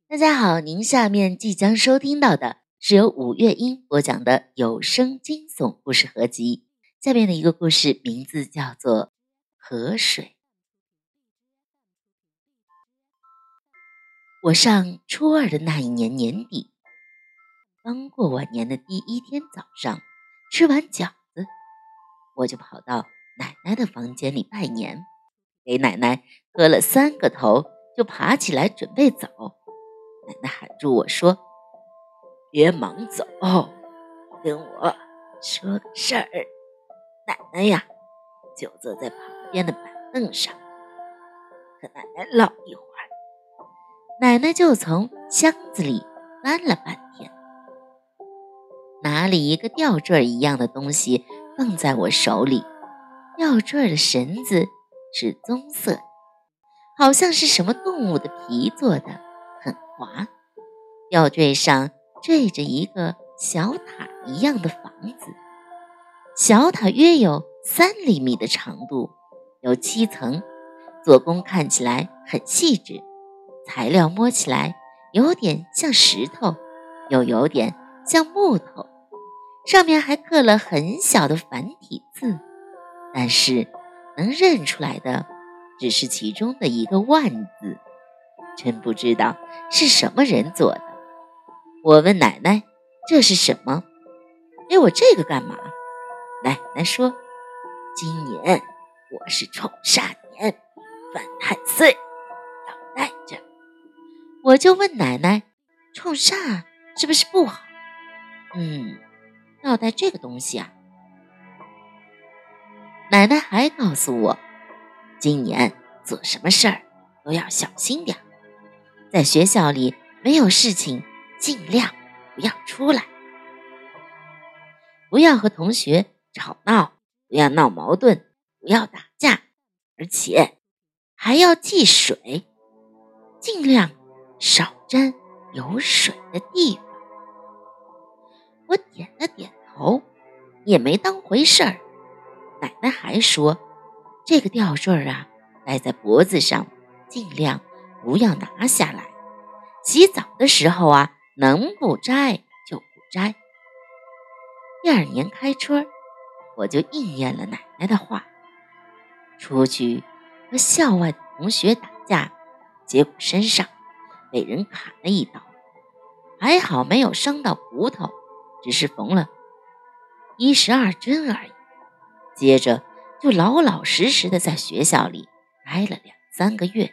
大家好，您下面即将收听到的是由五月音播讲的有声惊悚故事合集。下面的一个故事名字叫做《河水》。我上初二的那一年年底，刚过完年的第一天早上，吃完饺子，我就跑到奶奶的房间里拜年，给奶奶磕了3个头，就爬起来准备走。奶奶喊住我说：“别忙走，跟我说个事儿。”奶奶呀，就坐在旁边的板凳上，和奶奶唠一会儿。奶奶就从箱子里翻了半天，拿了一个吊坠一样的东西放在我手里。吊坠的绳子是棕色的，好像是什么动物的皮做的，很滑。吊坠上坠着一个小塔一样的房子，小塔约有3厘米的长度，有7层，做工看起来很细致，材料摸起来有点像石头，又有点像木头，上面还刻了很小的繁体字，但是能认出来的只是其中的一个万字，真不知道是什么人做的。我问奶奶这是什么，给我这个干嘛？奶奶说，今年我是冲煞年，犯太岁，要带着。我就问奶奶，冲煞是不是不好？要带这个东西啊。奶奶还告诉我，今年做什么事儿都要小心点，在学校里没有事情尽量不要出来，不要和同学吵闹，不要闹矛盾，不要打架，而且还要忌水，尽量少沾有水的地方。我点了点头，也没当回事儿。奶奶还说，这个吊坠啊，戴在脖子上，尽量不要拿下来。洗澡的时候啊，能不摘就不摘。第2年开春，我就应验了奶奶的话，出去和校外的同学打架，结果身上被人砍了一刀，还好没有伤到骨头，只是缝了12针而已。接着就老老实实的在学校里待了2-3个月。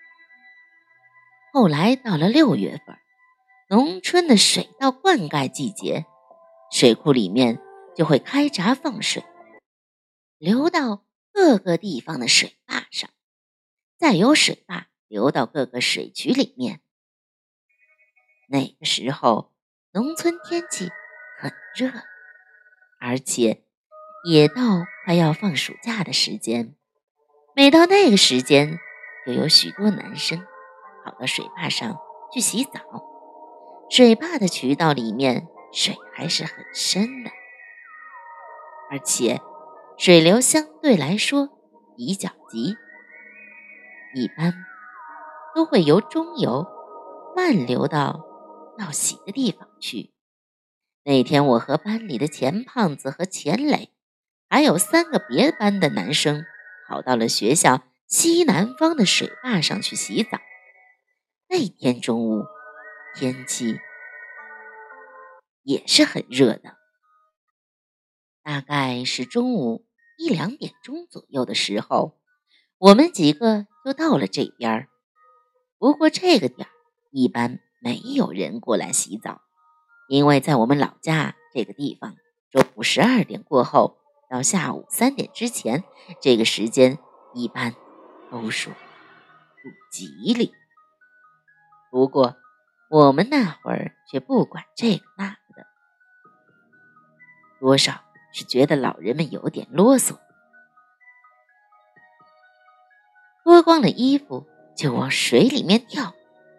后来到了6月份，农村的水稻灌溉季节，水库里面就会开闸放水，流到各个地方的水坝上，再由水坝流到各个水渠里面。那个时候农村天气很热，而且也到快要放暑假的时间。每到那个时间，就有许多男生跑到水坝上去洗澡。水坝的渠道里面水还是很深的，而且水流相对来说比较急，一般都会由中游慢流到要洗的地方去。那天我和班里的钱胖子和钱磊，还有3个别班的男生，跑到了学校西南方的水坝上去洗澡。那天中午天气也是很热的，大概是中午1-2点钟左右的时候，我们几个就到了这边。不过这个点一般没有人过来洗澡，因为在我们老家这个地方，中午12点过后到下午3点之前，这个时间一般都说不吉利。不过我们那会儿却不管这个那个的，多少是觉得老人们有点啰嗦，脱光了衣服就往水里面跳。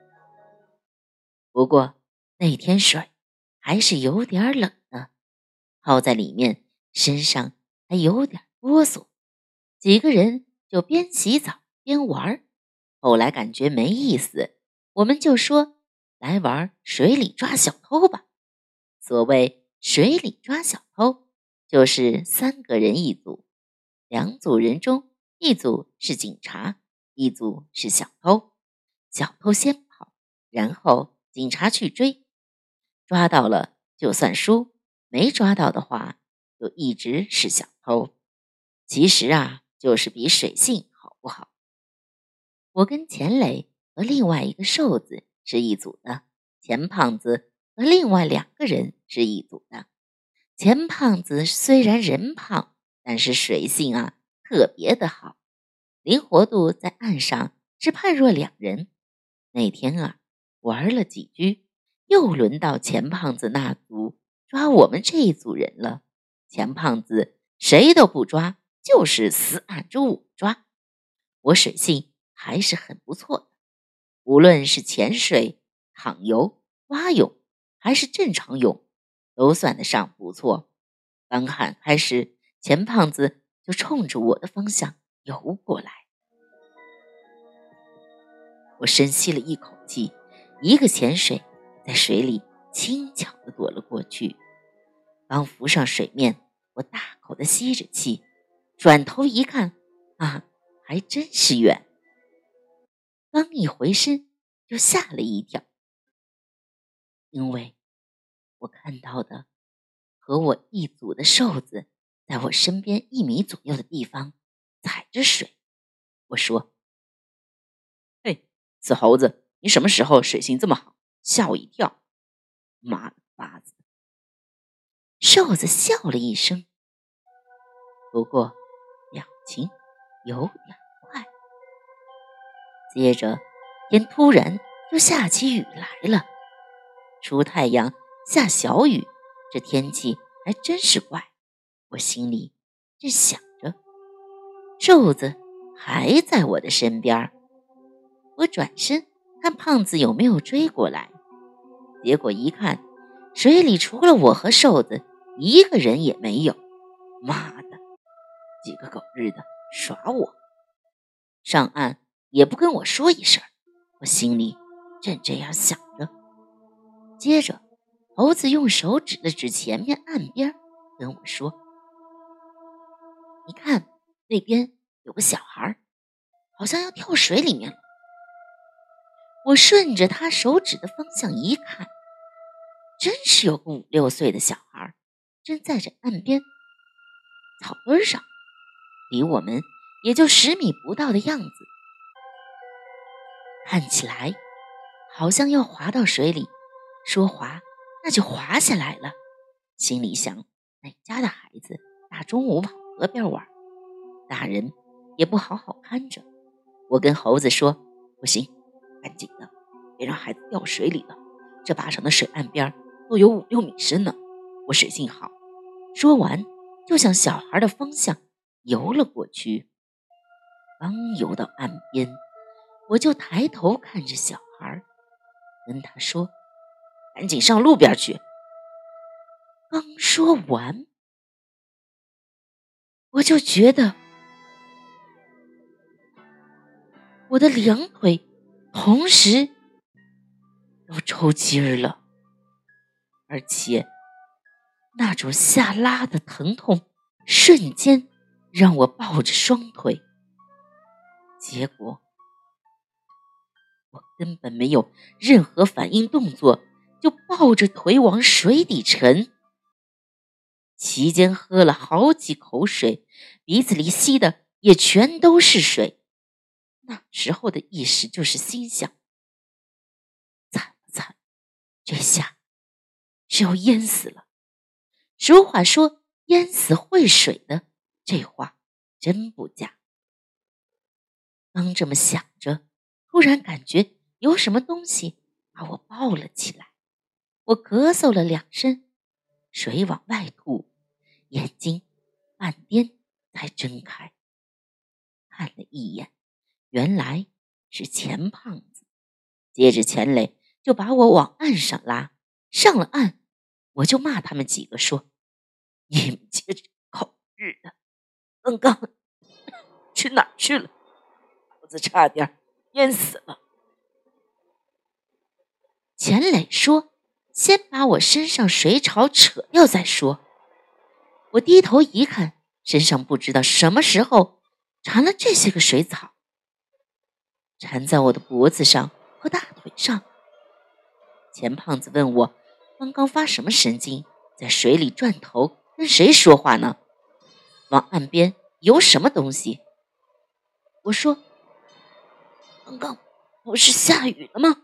不过那天水还是有点冷的，泡在里面身上还有点哆嗦，几个人就边洗澡边玩。后来感觉没意思，我们就说来玩水里抓小偷吧。所谓水里抓小偷，就是3个人一组，2组人中一组是警察，一组是小偷。小偷先跑，然后警察去追，抓到了就算输，没抓到的话就一直是小偷。其实啊，就是比水性好不好。我跟钱磊和另外一个瘦子是一组的，钱胖子和另外2个人是一组的。钱胖子虽然人胖，但是水性啊特别的好，灵活度在岸上是判若两人。那天啊，玩了几局，又轮到钱胖子那组抓我们这一组人了。钱胖子谁都不抓，就是死按着我抓。我水性还是很不错的，无论是潜水、淌游、蛙泳，还是正常泳，都算得上不错。刚喊开始，钱胖子就冲着我的方向游过来。我深吸了一口气，一个潜水，在水里轻巧地躲了过去。刚浮上水面，我大口地吸着气，转头一看，啊，还真是远。刚一回身，就吓了一跳，因为我看到的和我一组的瘦子在我身边1米左右的地方踩着水。我说：嘿，死猴子，你什么时候水性这么好？吓我一跳！妈的巴子！瘦子笑了一声，不过表情有点怪。接着天突然就下起雨来了，出太阳下小雨，这天气还真是怪。我心里正想着，瘦子还在我的身边。我转身看胖子有没有追过来，结果一看，水里除了我和瘦子，一个人也没有。妈的，几个狗日的耍我！上岸也不跟我说一声。我心里正这样想着，接着猴子用手指了指前面岸边，跟我说：你看那边有个小孩，好像要跳水里面了。我顺着他手指的方向一看，真是有个5、6岁的小孩，正在这岸边草堆上，离我们也就10米不到的样子，看起来好像要滑到水里，说滑那就滑下来了。心里想，哪家的孩子大中午跑河边玩，大人也不好好看着。我跟猴子说，不行，赶紧的，别让孩子掉水里了，这把上的水岸边都有5、6米深呢。我水性好。说完就向小孩的方向游了过去。刚游到岸边，我就抬头看着小孩，跟他说，赶紧上路边去。刚说完，我就觉得我的2腿同时都抽筋儿了，而且那种下拉的疼痛瞬间让我抱着双腿，结果我根本没有任何反应动作，就抱着腿往水底沉。期间喝了好几口水，鼻子里吸的也全都是水。那时候的意识就是心想，惨了惨，这下是要淹死了。俗话说淹死会水的，这话真不假。刚这么想着，突然感觉有什么东西把我抱了起来。我咳嗽了2声，水往外吐，眼睛半颠才睁开，看了一眼，原来是钱胖子。接着钱磊就把我往岸上拉，上了岸，我就骂他们几个说，你们接着狗日的，刚刚去哪儿去了？猴子差点淹死了。 钱磊说：“先把我身上水草扯掉再说。”我低头一看，身上不知道什么时候缠了这些个水草，缠在我的脖子上和大腿上。钱胖子问我刚刚发什么神经，在水里转头跟谁说话呢？往岸边游什么东西？我说：“刚刚不是下雨了吗？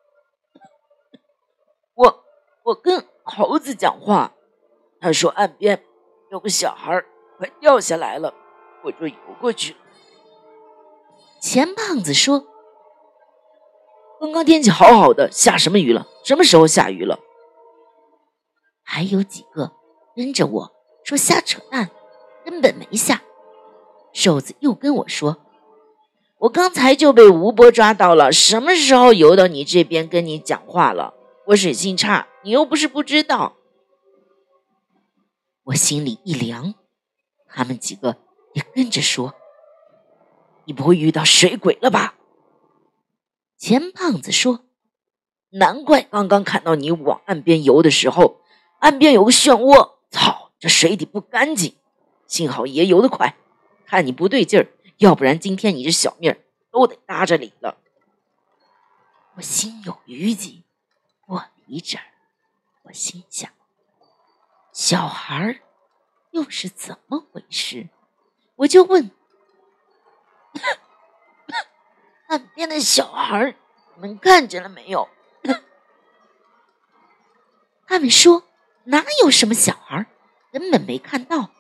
我跟猴子讲话，他说岸边有个小孩快掉下来了，我就游过去了。”钱胖子说：“刚刚天气好好的，下什么雨了？什么时候下雨了？”还有几个跟着我说瞎扯淡，根本没下。瘦子又跟我说：“我刚才就被吴伯抓到了，什么时候游到你这边跟你讲话了？我水性差，你又不是不知道。”我心里一凉，他们几个也跟着说：“你不会遇到水鬼了吧？”钱胖子说：“难怪刚刚看到你往岸边游的时候，岸边有个漩涡，操，这水底不干净。幸好爷游得快，看你不对劲儿，要不然今天你这小命都得搭着理了。”我心有余悸，过了一阵儿，我心想，小孩又是怎么回事？我就问：“岸边的小孩你们看见了没有？”他们说：“哪有什么小孩，根本没看到。”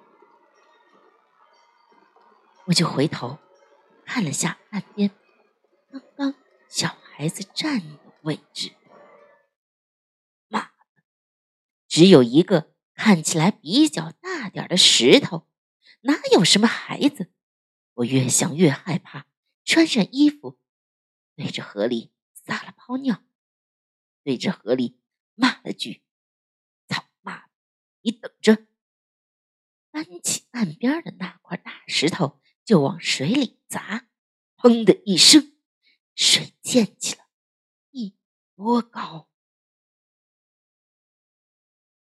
我就回头看了下岸边刚刚小孩子站的位置，妈的，只有一个看起来比较大点的石头，哪有什么孩子？我越想越害怕，穿上衣服，对着河里撒了泡尿，对着河里骂了句：“操妈的，你等着！”搬起岸边的那块大石头就往水里砸，砰的一声，水溅起了1多高。